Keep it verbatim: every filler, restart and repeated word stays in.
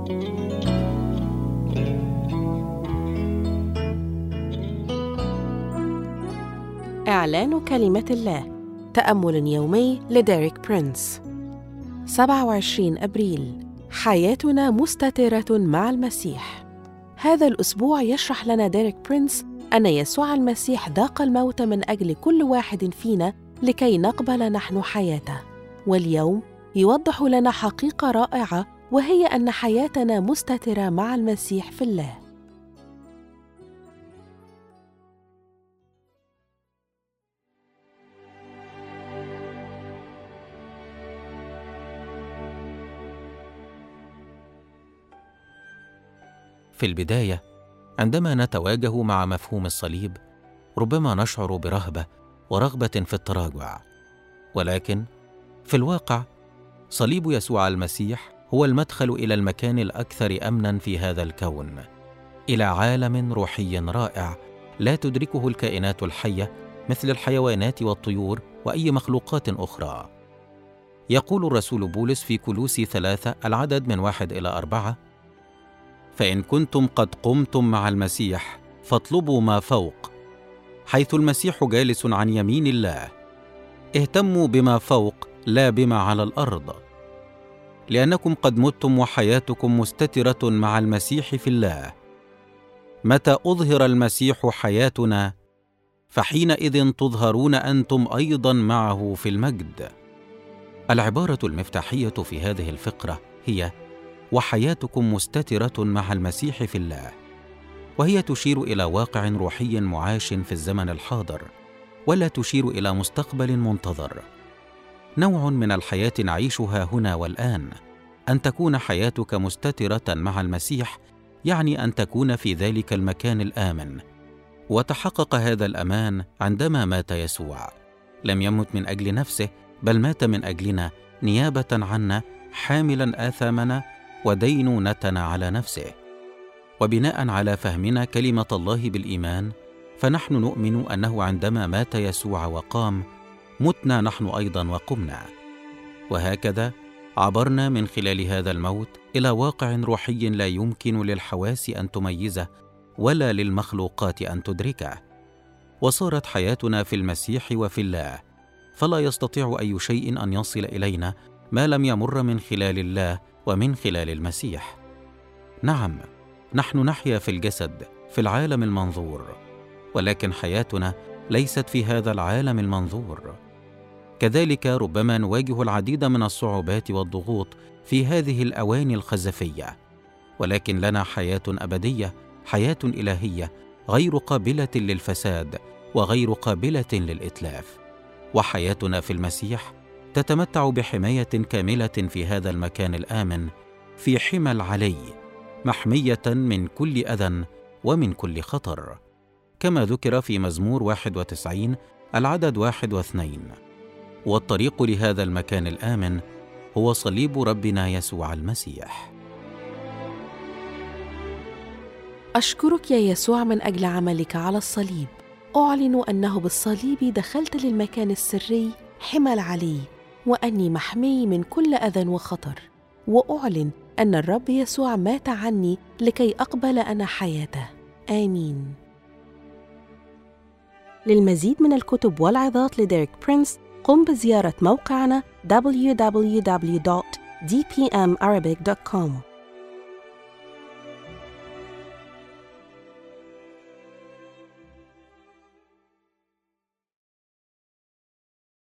إعلان كلمة الله. تأمل يومي لديريك برينس. سبعة وعشرين أبريل. حياتنا مستترة مع المسيح. هذا الأسبوع يشرح لنا ديريك برينس أن يسوع المسيح ذاق الموت من أجل كل واحد فينا لكي نقبل نحن حياته. واليوم يوضح لنا حقيقة رائعة، وهي أن حياتنا مستترة مع المسيح في الله. في البداية، عندما نتواجه مع مفهوم الصليب، ربما نشعر برهبة ورغبة في التراجع، ولكن في الواقع صليب يسوع المسيح هو المدخل إلى المكان الأكثر أمناً في هذا الكون، إلى عالم روحي رائع لا تدركه الكائنات الحية مثل الحيوانات والطيور وأي مخلوقات أخرى. يقول الرسول بولس في كولوسي ثلاثة العدد من واحد إلى أربعة: فإن كنتم قد قمتم مع المسيح فاطلبوا ما فوق، حيث المسيح جالس عن يمين الله. اهتموا بما فوق لا بما على الأرض، لأنكم قد متم وحياتكم مستترة مع المسيح في الله. متى أظهر المسيح حياتنا فحينئذ تظهرون أنتم أيضا معه في المجد. العبارة المفتاحية في هذه الفقرة هي وحياتكم مستترة مع المسيح في الله، وهي تشير إلى واقع روحي معاش في الزمن الحاضر، ولا تشير إلى مستقبل منتظر. نوع من الحياة نعيشها هنا والآن. أن تكون حياتك مستترة مع المسيح يعني أن تكون في ذلك المكان الآمن. وتحقق هذا الأمان عندما مات يسوع. لم يمت من أجل نفسه، بل مات من أجلنا نيابة عنا، حاملا آثامنا ودينونتنا على نفسه. وبناء على فهمنا كلمة الله بالإيمان، فنحن نؤمن أنه عندما مات يسوع وقام، متنا نحن أيضا وقمنا. وهكذا عبرنا من خلال هذا الموت إلى واقع روحي لا يمكن للحواس أن تميزه ولا للمخلوقات أن تدركه. وصارت حياتنا في المسيح وفي الله، فلا يستطيع أي شيء أن يصل إلينا ما لم يمر من خلال الله ومن خلال المسيح. نعم، نحن نحيا في الجسد في العالم المنظور، ولكن حياتنا ليست في هذا العالم المنظور. كذلك ربما نواجه العديد من الصعوبات والضغوط في هذه الأواني الخزفية، ولكن لنا حياة أبدية، حياة إلهية غير قابلة للفساد وغير قابلة للإتلاف. وحياتنا في المسيح تتمتع بحماية كاملة في هذا المكان الآمن، في حمى العلي، محمية من كل أذى ومن كل خطر، كما ذكر في مزمور واحد وتسعين العدد واحد واثنين. والطريق لهذا المكان الآمن هو صليب ربنا يسوع المسيح. أشكرك يا يسوع من أجل عملك على الصليب. أعلن أنه بالصليب دخلت للمكان السري حمى العلي، وأني محمي من كل أذى وخطر. وأعلن أن الرب يسوع مات عني لكي أقبل أنا حياته. آمين. للمزيد من الكتب والعظات لديريك برينس، قم بزيارة موقعنا دبليو دبليو دبليو دوت دي بي إم أرابيك دوت كوم.